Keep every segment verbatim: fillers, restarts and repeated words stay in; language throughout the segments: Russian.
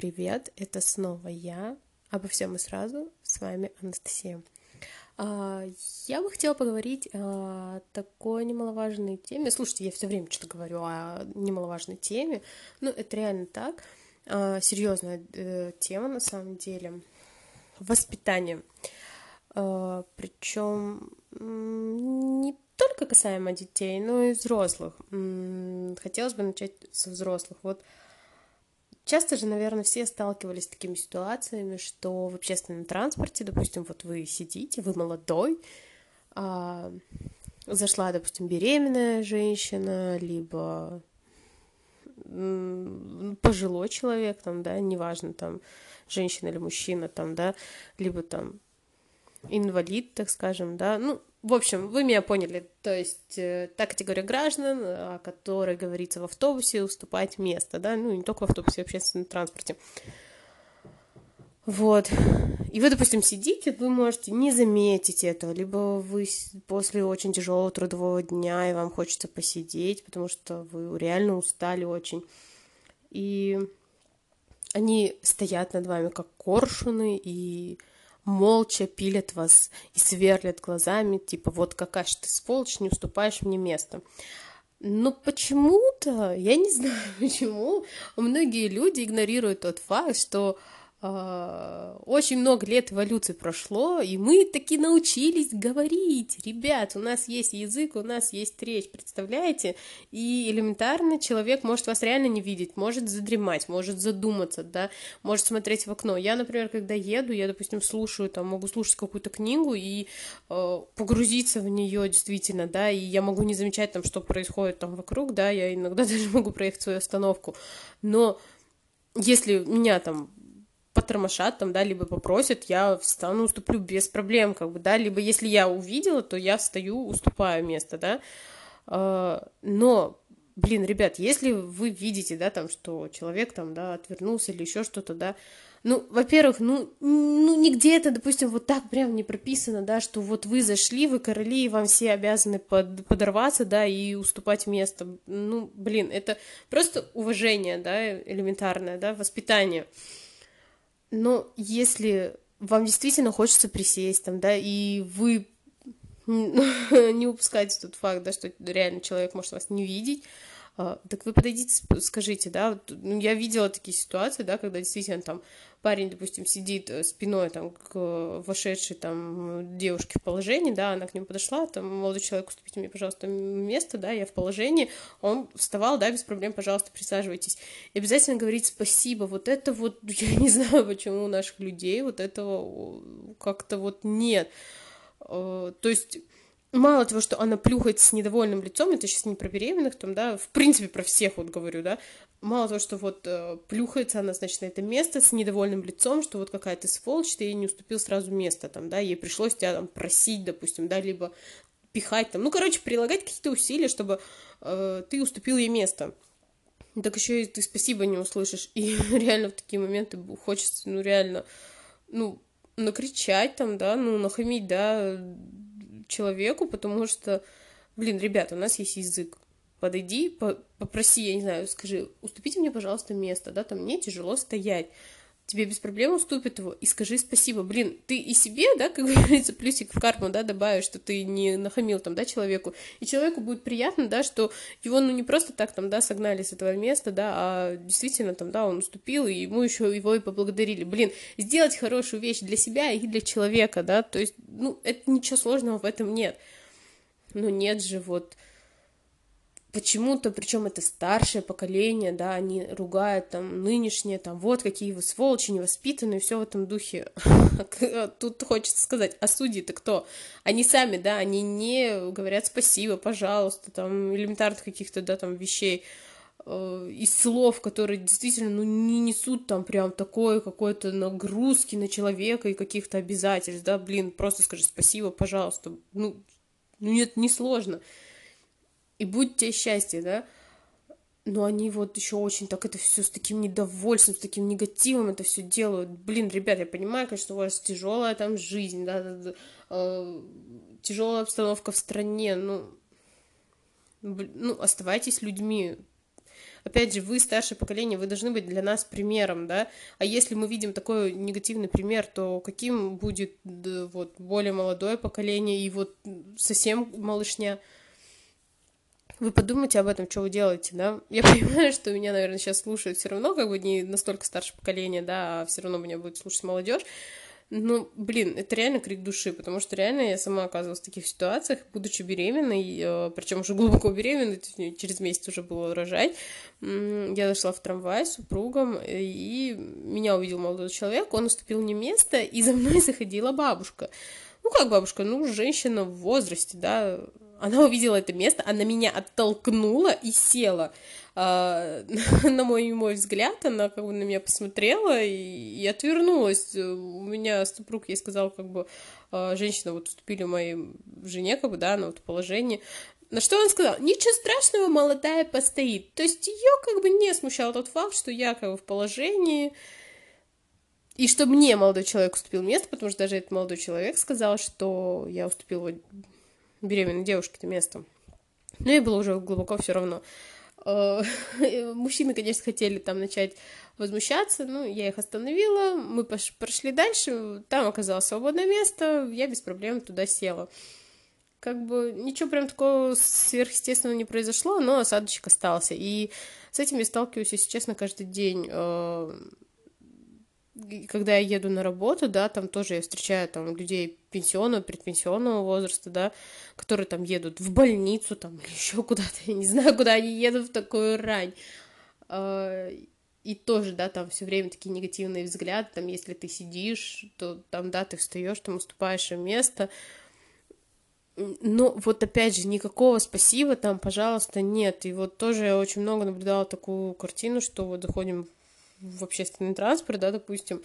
привет! Это снова я. Обо всем и сразу. С вами Анастасия. А, Я бы хотела поговорить о такой немаловажной теме. Слушайте, я все время что-то говорю о немаловажной теме. Ну, это реально так. А, Серьезная э, тема на самом деле. Воспитание. Причем не только касаемо детей, но и взрослых. М, Хотелось бы начать со взрослых. Вот часто же, наверное, все сталкивались с такими ситуациями, что в общественном транспорте, допустим, вот вы сидите, вы молодой, а, зашла, допустим, беременная женщина, либо м, пожилой человек, там, да, неважно, там, женщина или мужчина, там, да, либо там инвалид, так скажем, да, ну, в общем, вы меня поняли, то есть э, та категория граждан, о которой говорится в автобусе, уступать место, да, ну, не только в автобусе, в общественном транспорте. Вот. И вы, допустим, сидите, вы можете не заметить этого, либо вы после очень тяжелого трудового дня, и вам хочется посидеть, потому что вы реально устали очень. И они стоят над вами, как коршуны, и молча пилят вас и сверлят глазами, типа, вот какая же ты сволочь, не уступаешь мне место. Но почему-то, я не знаю почему, многие люди игнорируют тот факт, что э, очень много лет эволюции прошло, и мы таки научились говорить. Ребят, у нас есть язык, у нас есть речь, представляете? И элементарно человек может вас реально не видеть, может задремать, может задуматься, да, может смотреть в окно. Я, например, когда еду, я, допустим, слушаю, там, могу слушать какую-то книгу и э, погрузиться в нее действительно, да, и я могу не замечать там, что происходит там вокруг, да, я иногда даже могу проехать свою остановку, но если меня там потормошат там, да, либо попросят, я встану, уступлю без проблем, как бы, да, либо если я увидела, то я встаю, уступаю место, да, э, но блин, ребят, если вы видите, да, там, что человек там, да, отвернулся или еще что-то, да, ну, во-первых, ну, ну, нигде это, допустим, вот так прям не прописано, да, что вот вы зашли, вы короли, и вам все обязаны под, подорваться, да, и уступать место. Ну, блин, это просто уважение, да, элементарное, да, воспитание. Но если вам действительно хочется присесть там, да, и вы не упускайте тот факт, да, что реально человек может вас не видеть, а, так вы подойдите, скажите, да, вот, ну, я видела такие ситуации, да, когда действительно там парень, допустим, сидит спиной там к вошедшей там девушке в положении, да, она к нему подошла, там, молодой человек, уступите мне, пожалуйста, место, да, я в положении, он вставал, да, без проблем, пожалуйста, присаживайтесь. И обязательно говорить спасибо, вот это вот, я не знаю, почему у наших людей вот этого как-то вот нет. То есть мало того, что она плюхается с недовольным лицом, это сейчас не про беременных, там, да, в принципе про всех вот говорю, да, мало того, что вот э, плюхается она, значит, на это место с недовольным лицом, что вот какая ты сволочь, ты ей не уступил сразу место, там, да, ей пришлось тебя там просить, допустим, да, либо пихать там, ну, короче, прилагать какие-то усилия, чтобы э, ты уступил ей место. Так еще и ты спасибо не услышишь, и реально в такие моменты хочется, ну, реально, ну, накричать там, да, ну, нахамить, да, человеку, потому что, блин, ребята, у нас есть язык. Подойди, по- попроси, я не знаю, скажи, уступите мне, пожалуйста, место, да, там мне тяжело стоять. Тебе без проблем уступит его, и скажи спасибо. Блин, ты и себе, да, как говорится, плюсик в карму, да, добавишь, что ты не нахамил там, да, человеку, и человеку будет приятно, да, что его, ну, не просто так там, да, согнали с этого места, да, а действительно там, да, он уступил, и ему еще его и поблагодарили. Блин, сделать хорошую вещь для себя и для человека, да, то есть, ну, это ничего сложного в этом нет. Но нет же, вот, почему-то, причем это старшее поколение, да, они ругают там нынешнее, там, вот какие вы сволочи, невоспитанные, все в этом духе. Тут хочется сказать, а судьи-то кто? Они сами, да, они не говорят спасибо, пожалуйста, там, элементарных каких-то, да, там, вещей, э, из слов, которые действительно, ну, не несут там прям такой какой-то нагрузки на человека и каких-то обязательств, да, блин, просто скажи спасибо, пожалуйста, ну, ну, нет, не сложно. И будет тебе счастье, да, но они вот еще очень так это все с таким недовольством, с таким негативом это все делают. Блин, ребят, я понимаю, конечно, у вас тяжелая там жизнь, да, да, да, э, тяжелая обстановка в стране, ну, блин, ну, оставайтесь людьми, Опять же, вы старшее поколение, вы должны быть для нас примером, да, а если мы видим такой негативный пример, то каким будет да, вот более молодое поколение и вот совсем малышня? Вы подумайте об этом, что вы делаете, да? Я понимаю, что меня, наверное, сейчас слушают все равно, как бы не настолько старшее поколение, да, а все равно меня будет слушать молодежь. Ну, блин, это реально крик души, потому что реально я сама оказывалась в таких ситуациях, будучи беременной, э, причем уже глубоко беременной, то есть через месяц уже было рожать. Я зашла в трамвай с супругом, и меня увидел молодой человек, он уступил мне место, и за мной заходила бабушка. Ну, как бабушка? Ну, женщина в возрасте, да. Она увидела это место, она меня оттолкнула и села. А, на мой мой взгляд, она как бы на меня посмотрела и, и отвернулась. У меня супруг ей сказал, как бы, а, женщина вот уступили моей жене, как бы, да, на вот положение. На что он сказал? Ничего страшного, молодая постоит. То есть ее как бы не смущал тот факт, что я как бы в положении, и что мне молодой человек уступил место, потому что даже этот молодой человек сказал, что я уступила беременной девушке-то место. Но ей было уже глубоко все равно. Мужчины, конечно, хотели там начать возмущаться, но я их остановила, мы прошли дальше, там оказалось свободное место, я без проблем туда села. Как бы ничего прям такого сверхъестественного не произошло, но осадочек остался. И с этим я сталкиваюсь, если честно, каждый день. Когда я еду на работу, да, там тоже я встречаю там людей пенсионного, предпенсионного возраста, да, которые там едут в больницу, там, или еще куда-то, я не знаю, куда они едут в такую рань. И тоже, да, там все время такие негативные взгляды, там, если ты сидишь, то там, да, ты встаешь, там, уступаешь им место. Но вот опять же, никакого спасибо там, пожалуйста, нет. И вот тоже я очень много наблюдала такую картину, что вот заходим в общественный транспорт, да, допустим,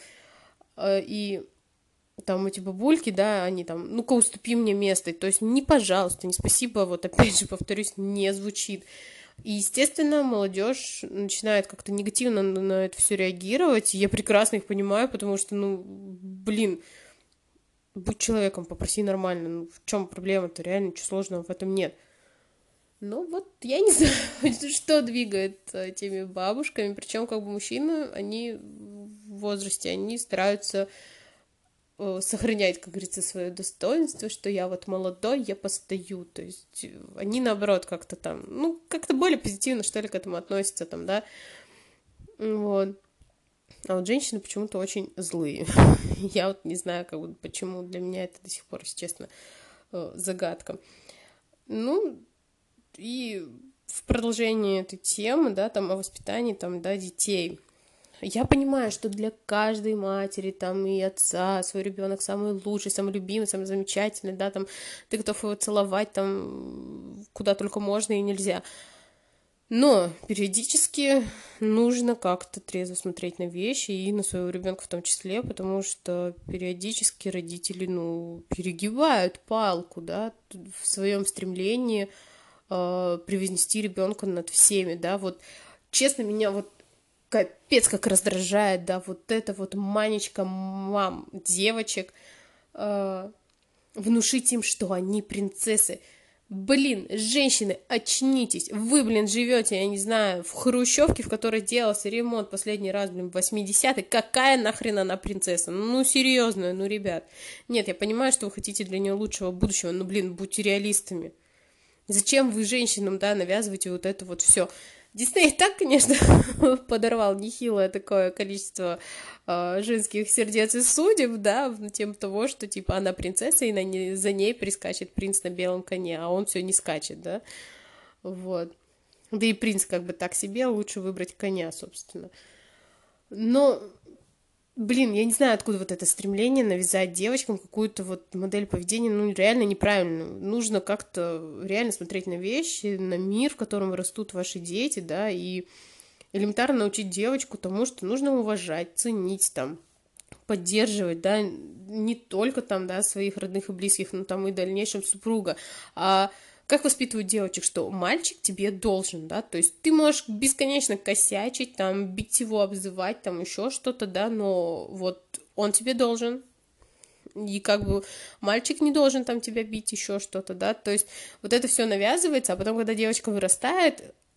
и там эти бабульки, да, они там, ну-ка, уступи мне место, то есть не пожалуйста, не спасибо, вот опять же, повторюсь, не звучит. И, естественно, молодежь начинает как-то негативно на это все реагировать, и я прекрасно их понимаю, потому что, ну, блин, будь человеком, попроси нормально, ну, в чем проблема-то, реально ничего сложного в этом нет. Ну вот, я не знаю, что двигает этими бабушками, причем как бы мужчины, они в возрасте, они стараются сохранять, как говорится, свое достоинство, что я вот молодой, я постою, то есть они наоборот как-то там, ну, как-то более позитивно, что ли, к этому относятся там, да, вот. А вот женщины почему-то очень злые. Я вот не знаю, как бы, почему, для меня это до сих пор, если честно, загадка. Ну, и в продолжении этой темы, да, там, о воспитании, там, да, детей. Я понимаю, что для каждой матери, там, и отца свой ребенок самый лучший, самый любимый, самый замечательный, да, там, ты готов его целовать, там, куда только можно и нельзя. Но периодически нужно как-то трезво смотреть на вещи и на своего ребенка в том числе, потому что периодически родители, ну, перегибают палку, да, в своем стремлении э, превознести ребенка над всеми, да, вот, честно, меня вот капец как раздражает, да, вот это вот манечка мам девочек, э, внушить им, что они принцессы. Блин, женщины, очнитесь. Вы, блин, живете, я не знаю, в хрущевке, в которой делался ремонт последний раз, блин, в восьмидесятые. Какая нахрен она принцесса? Ну, серьезно, ну, ребят. Нет, я понимаю, что вы хотите для нее лучшего будущего, но, блин, будьте реалистами. Зачем вы женщинам, да, навязываете вот это вот все? Дисней и так, конечно, подорвал нехилое такое количество э, женских сердец и судеб, да, на тему того, что, типа, она принцесса, и на не, за ней прискачет принц на белом коне, а он все не скачет, да, вот. Да и принц как бы так себе, лучше выбрать коня, собственно. Но, блин, я не знаю, откуда вот это стремление навязать девочкам какую-то вот модель поведения, ну, реально неправильно. Нужно как-то реально смотреть на вещи, на мир, в котором растут ваши дети, да, и элементарно научить девочку тому, что нужно уважать, ценить там, поддерживать, да, не только там, да, своих родных и близких, но там и дальнейшем супруга, а как воспитывают девочек, что мальчик тебе должен, да, то есть ты можешь бесконечно косячить, там, бить его, обзывать, там, еще что-то, да, но вот он тебе должен, и как бы мальчик не должен там тебя бить, еще что-то, да, то есть вот это все навязывается, а потом, когда девочка вырастает,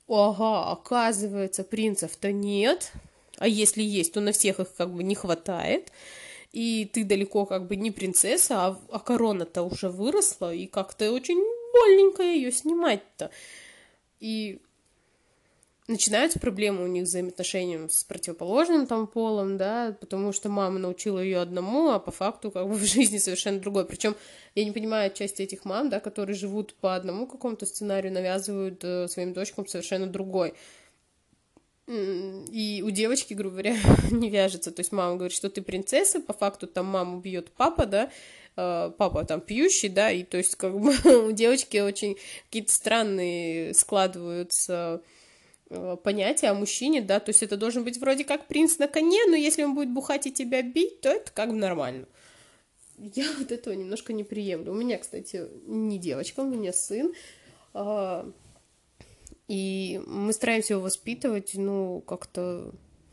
ага, оказывается, принцев-то нет, а если есть, то на всех их как бы не хватает, и ты далеко как бы не принцесса, а, а корона-то уже выросла, и как-то очень больненько ее снимать-то. И начинаются проблемы у них с взаимоотношением с противоположным там полом, да, потому что мама научила ее одному, а по факту как бы в жизни совершенно другой. Причем я не понимаю отчасти этих мам, да, которые живут по одному какому-то сценарию, навязывают э, своим дочкам совершенно другой. И у девочки, грубо говоря, не вяжется. То есть мама говорит, что ты принцесса, по факту там маму бьет папа, да, папа там пьющий, да, и то есть как бы у девочки очень какие-то странные складываются понятия о мужчине, да, то есть это должен быть вроде как принц на коне, но если он будет бухать и тебя бить, то это как бы нормально. Я вот этого немножко не приемлю. У меня, кстати, не девочка, у меня сын, и мы стараемся его воспитывать, ну, как-то,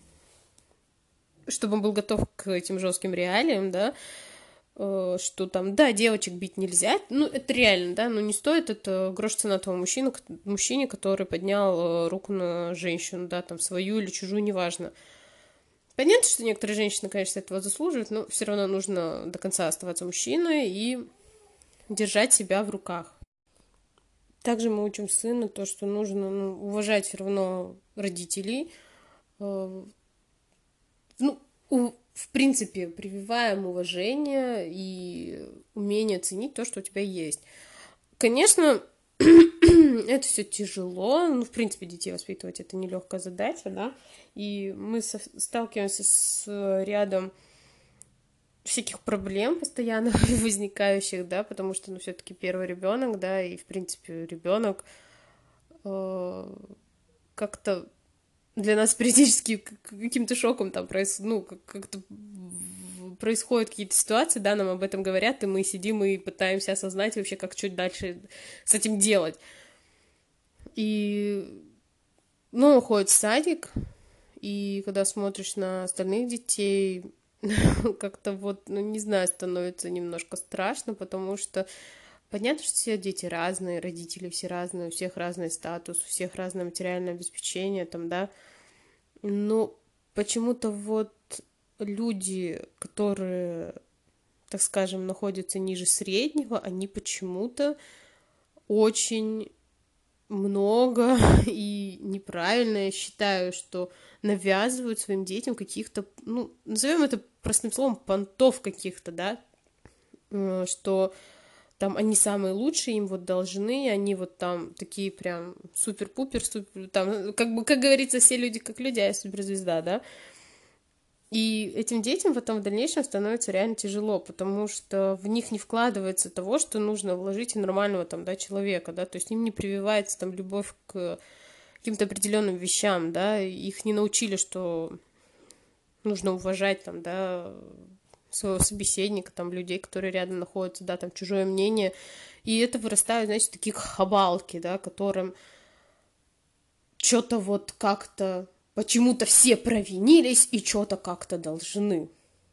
чтобы он был готов к этим жестким реалиям, да, что там, да, девочек бить нельзя, ну, это реально, да, но не стоит это грош цена того мужчину, мужчине, который поднял руку на женщину, да, там, свою или чужую, неважно. Понятно, что некоторые женщины, конечно, этого заслуживают, но все равно нужно до конца оставаться мужчиной и держать себя в руках. Также мы учим сына то, что нужно, ну, уважать все равно родителей, э, ну, у, в принципе, прививаем уважение и умение ценить то, что у тебя есть. Конечно, это все тяжело, ну, в принципе, детей воспитывать это нелегкая задача, да, и мы со- сталкиваемся с рядом всяких проблем постоянно возникающих, да, потому что, ну, все-таки первый ребенок, да, и, в принципе, ребенок э, как-то для нас периодически каким-то шоком там происходит, ну, как-то происходят какие-то ситуации, да, нам об этом говорят, и мы сидим и пытаемся осознать вообще, как чуть дальше с этим делать. И, ну, он ходит в садик, и когда смотришь на остальных детей, как-то вот, ну, не знаю, становится немножко страшно, потому что понятно, что все дети разные, родители все разные, у всех разный статус, у всех разное материальное обеспечение, там, да, но почему-то вот люди, которые, так скажем, находятся ниже среднего, они почему-то очень много и неправильно, я считаю, что навязывают своим детям каких-то, ну, назовем это простым словом, понтов каких-то, да, что там они самые лучшие, им вот должны, они вот там такие прям супер-пупер, супер, там, как бы, как говорится, все люди как люди, а я суперзвезда, да, и этим детям потом в дальнейшем становится реально тяжело, потому что в них не вкладывается того, что нужно вложить в нормального там, да, человека, да, то есть им не прививается там любовь к каким-то определенным вещам, да, их не научили, что нужно уважать там, да, своего собеседника, там, людей, которые рядом находятся, да, там, чужое мнение, и это вырастают, знаете, такие хабалки, да, которым что-то вот как-то почему-то все провинились и что-то как-то должны.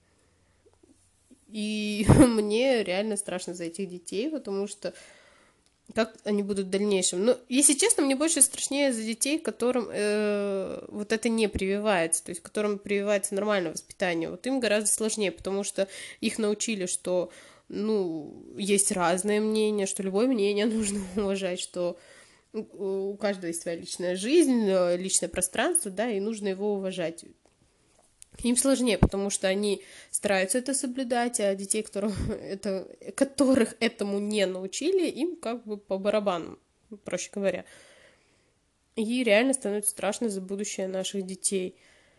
И мне реально страшно за этих детей, потому что как они будут в дальнейшем. Но, если честно, мне больше страшнее за детей, которым э, вот это не прививается, то есть которым прививается нормальное воспитание. Вот им гораздо сложнее, потому что их научили, что, ну, есть разное мнение, что любое мнение нужно уважать, что у каждого есть своя личная жизнь, личное пространство, да, и нужно его уважать. Им сложнее, потому что они стараются это соблюдать, а детей, которым это, которых этому не научили, им как бы по барабану, проще говоря. И реально становится страшно за будущее наших детей.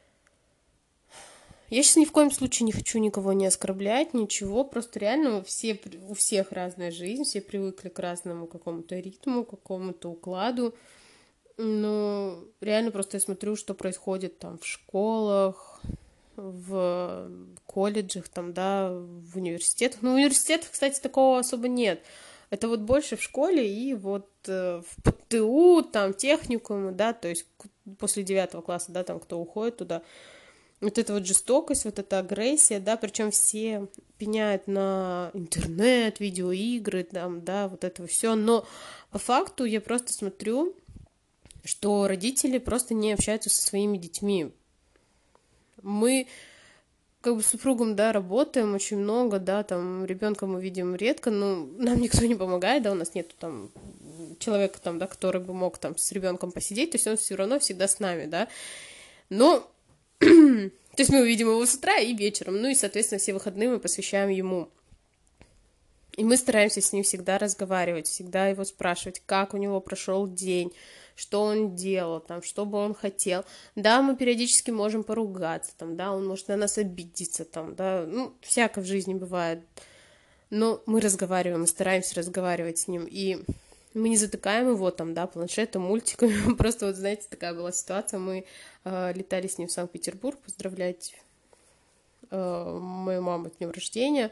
Я сейчас ни в коем случае не хочу никого не оскорблять, ничего, просто реально все, у всех разная жизнь, все привыкли к разному какому-то ритму, какому-то укладу, но реально просто я смотрю, что происходит там в школах, в колледжах, там, да, в университетах. Ну, в университетах, кстати, такого особо нет. Это вот больше в школе и вот э, в ПТУ, там, техникумы, да, то есть после девятого класса, да, там, кто уходит туда. Вот эта вот жестокость, вот эта агрессия, да, причем все пеняют на интернет, видеоигры, там, да, вот это все. Но по факту я просто смотрю, что родители просто не общаются со своими детьми. Мы как бы с супругом, да, работаем очень много, да, там, ребенка мы видим редко, но нам никто не помогает, да, у нас нет там человека, там, да, который бы мог там с ребенком посидеть, то есть он все равно всегда с нами, да, но, то есть мы увидим его с утра и вечером, ну и, соответственно, все выходные мы посвящаем ему. И мы стараемся с ним всегда разговаривать, всегда его спрашивать, как у него прошел день, что он делал, там, что бы он хотел. Да, мы периодически можем поругаться, там, да, он может на нас обидеться, там, да, ну, всякое в жизни бывает. Но мы разговариваем, мы стараемся разговаривать с ним, и мы не затыкаем его, там, да, планшетом, мультиками. Просто вот, знаете, такая была ситуация, мы э, летали с ним в Санкт-Петербург поздравлять э, мою маму с днем рождения,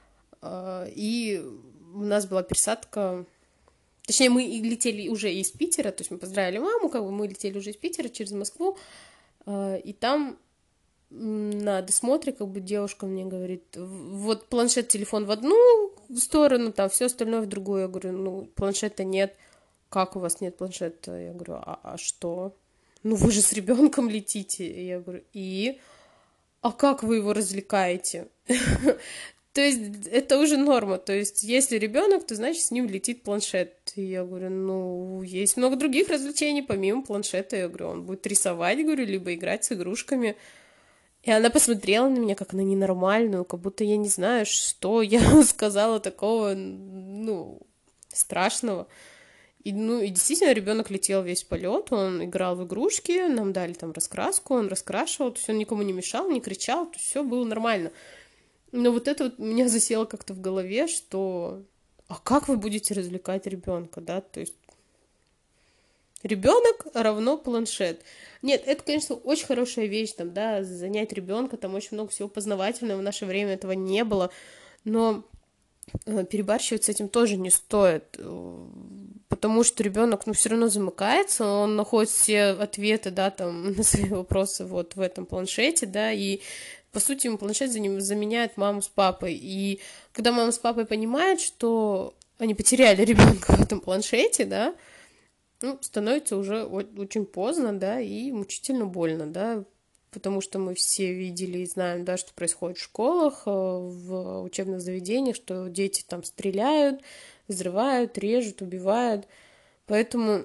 и у нас была пересадка, точнее, мы летели уже из Питера, то есть мы поздравили маму, как бы мы летели уже из Питера через Москву, и там на досмотре как бы девушка мне говорит, вот планшет, телефон в одну сторону, там все остальное в другую. Я говорю, ну, планшета нет. Как у вас нет планшета? Я говорю, а, а что? Ну, вы же с ребенком летите. И я говорю, и? А как вы его развлекаете? То есть это уже норма, то есть если ребенок, то значит с ним летит планшет. И я говорю, ну, есть много других развлечений помимо планшета. Я говорю, он будет рисовать, говорю, либо играть с игрушками. И она посмотрела на меня как на ненормальную, как будто я не знаю, что я сказала такого, ну, страшного. И, ну, и действительно ребенок летел весь полет, он играл в игрушки, нам дали там раскраску, он раскрашивал, то есть он никому не мешал, не кричал, то есть все было нормально. Но вот это вот у меня засело как-то в голове, что а как вы будете развлекать ребенка, да, то есть ребенок равно планшет. Нет, это, конечно, очень хорошая вещь, там, да, занять ребенка, там очень много всего познавательного, в наше время этого не было, но перебарщивать с этим тоже не стоит, потому что ребенок, ну, все равно замыкается, он находит все ответы, да, там, на свои вопросы вот в этом планшете, да, и по сути, ему планшет заменяет маму с папой. И когда мама с папой понимают, что они потеряли ребенка в этом планшете, да, ну, становится уже очень поздно, да, и мучительно больно, да, потому что мы все видели и знаем, да, что происходит в школах, в учебных заведениях, что дети там стреляют, взрывают, режут, убивают. Поэтому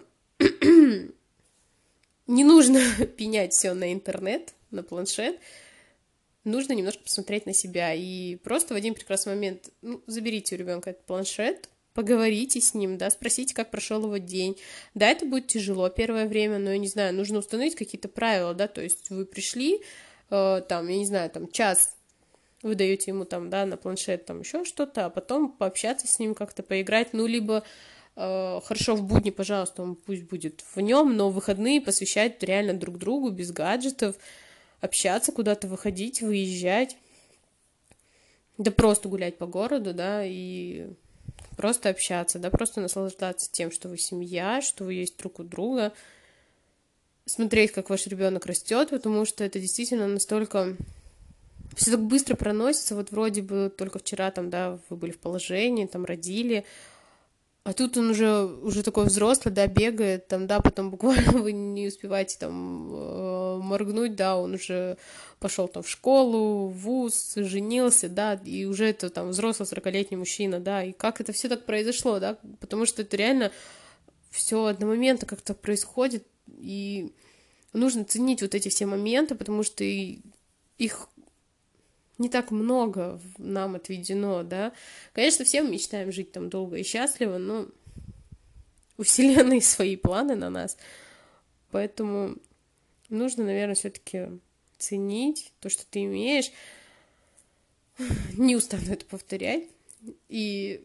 не нужно пенять все на интернет, на планшет. Нужно немножко посмотреть на себя и просто в один прекрасный момент, ну, заберите у ребенка этот планшет, поговорите с ним, да, спросите, как прошел его день. Да, это будет тяжело первое время, но, я не знаю, нужно установить какие-то правила, да, то есть вы пришли, э, там, я не знаю, там, час вы даете ему там, да, на планшет там еще что-то, а потом пообщаться с ним как-то, поиграть, ну, либо э, хорошо, в будни, пожалуйста, он пусть будет в нем, но в выходные посвящать реально друг другу, без гаджетов, общаться, куда-то выходить, выезжать, да просто гулять по городу, да, и просто общаться, да, просто наслаждаться тем, что вы семья, что вы есть друг у друга, смотреть, как ваш ребенок растет, потому что это действительно настолько... Все так быстро проносится, вот вроде бы только вчера там, да, вы были в положении, там родили, а тут он уже, уже такой взрослый, да, бегает, там, да, потом буквально вы не успеваете там э, моргнуть, да, он уже пошел там в школу, в вуз, женился, да, и уже это там взрослый сорокалетний мужчина, да, и как это все так произошло, да, потому что это реально все одномоментно как-то происходит, и нужно ценить вот эти все моменты, потому что и их не так много нам отведено, да. Конечно, все мы мечтаем жить там долго и счастливо, но у Вселенной свои планы на нас, поэтому нужно, наверное, все-таки ценить то, что ты имеешь. Не устану это повторять. И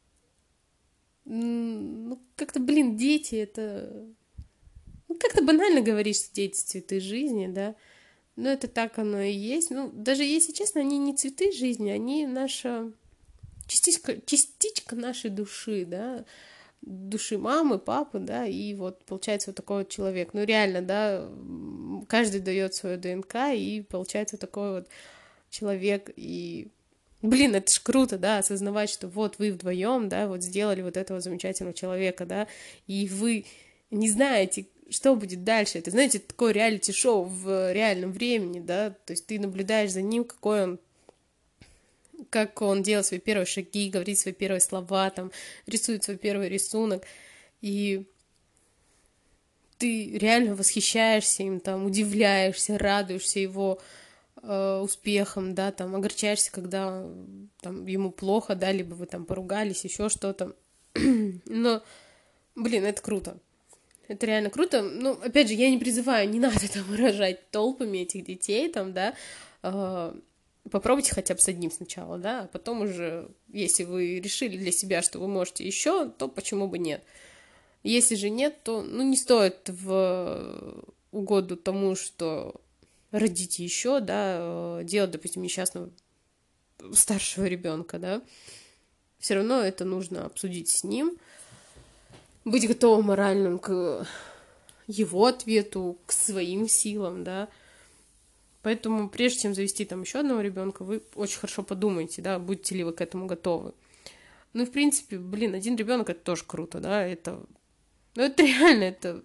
ну, как-то, блин, дети, это... Ну, как-то банально говоришь, что дети цветы жизни, да. Но это так оно и есть. Ну, даже если честно, они не цветы жизни, они наша частичка, частичка нашей души, да, души мамы, папы, да, и вот получается вот такой вот человек. Ну, реально, да, каждый дает свою ДНК, и получается такой вот человек, и, блин, это ж круто, да, осознавать, что вот вы вдвоем, да, вот сделали вот этого замечательного человека, да, и вы не знаете, что будет дальше? Это, знаете, такое реалити-шоу в реальном времени, да, то есть ты наблюдаешь за ним, какой он, как он делает свои первые шаги, говорит свои первые слова, там, рисует свой первый рисунок, и ты реально восхищаешься им, там, удивляешься, радуешься его э, успехам, да, там, огорчаешься, когда там, ему плохо, да, либо вы там поругались, еще что-то. Но, блин, это круто. Это реально круто. Ну, опять же, я не призываю, не надо там рожать толпами этих детей, там, да. Э, попробуйте хотя бы с одним сначала, да, а потом уже, если вы решили для себя, что вы можете еще, то почему бы нет. Если же нет, то ну, не стоит в угоду тому, что родите еще, да, делать, допустим, несчастного старшего ребенка, да. Все равно это нужно обсудить с ним, быть готовым моральным к его ответу, к своим силам, да. Поэтому прежде чем завести там еще одного ребенка, вы очень хорошо подумайте, да, будете ли вы к этому готовы. Ну и в принципе, блин, один ребенок это тоже круто, да, это, ну это реально, это,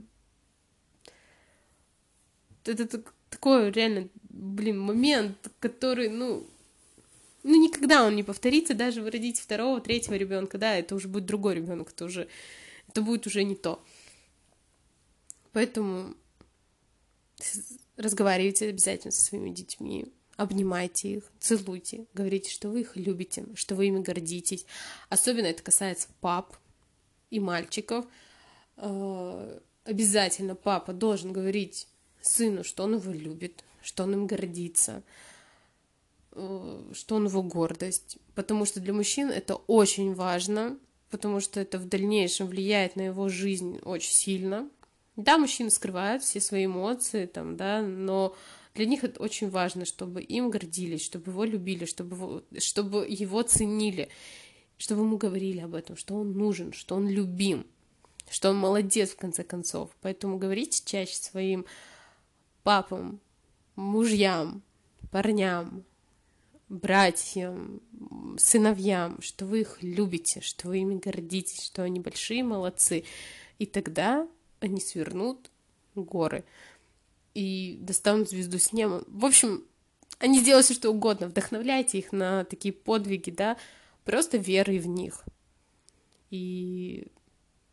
это, это такой реально, блин, момент, который, ну, ну никогда он не повторится, даже вы родите второго, третьего ребенка, да, это уже будет другой ребенок, это уже, это будет уже не то. Поэтому разговаривайте обязательно со своими детьми, обнимайте их, целуйте, говорите, что вы их любите, что вы ими гордитесь. Особенно это касается пап и мальчиков. Обязательно папа должен говорить сыну, что он его любит, что он им гордится, что он его гордость. Потому что для мужчин это очень важно, потому что это в дальнейшем влияет на его жизнь очень сильно. Да, мужчины скрывают все свои эмоции, там, да, но для них это очень важно, чтобы им гордились, чтобы его любили, чтобы его, чтобы его ценили, чтобы ему говорили об этом, что он нужен, что он любим, что он молодец, в конце концов. Поэтому говорите чаще своим папам, мужьям, парням, братьям, сыновьям, что вы их любите, что вы ими гордитесь, что они большие молодцы. И тогда они свернут горы и достанут звезду с неба. В общем, они сделают все, что угодно. Вдохновляйте их на такие подвиги, да, просто верой в них. И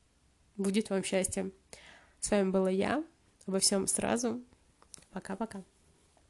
будет вам счастье. С вами была я. Обо всем сразу. Пока-пока.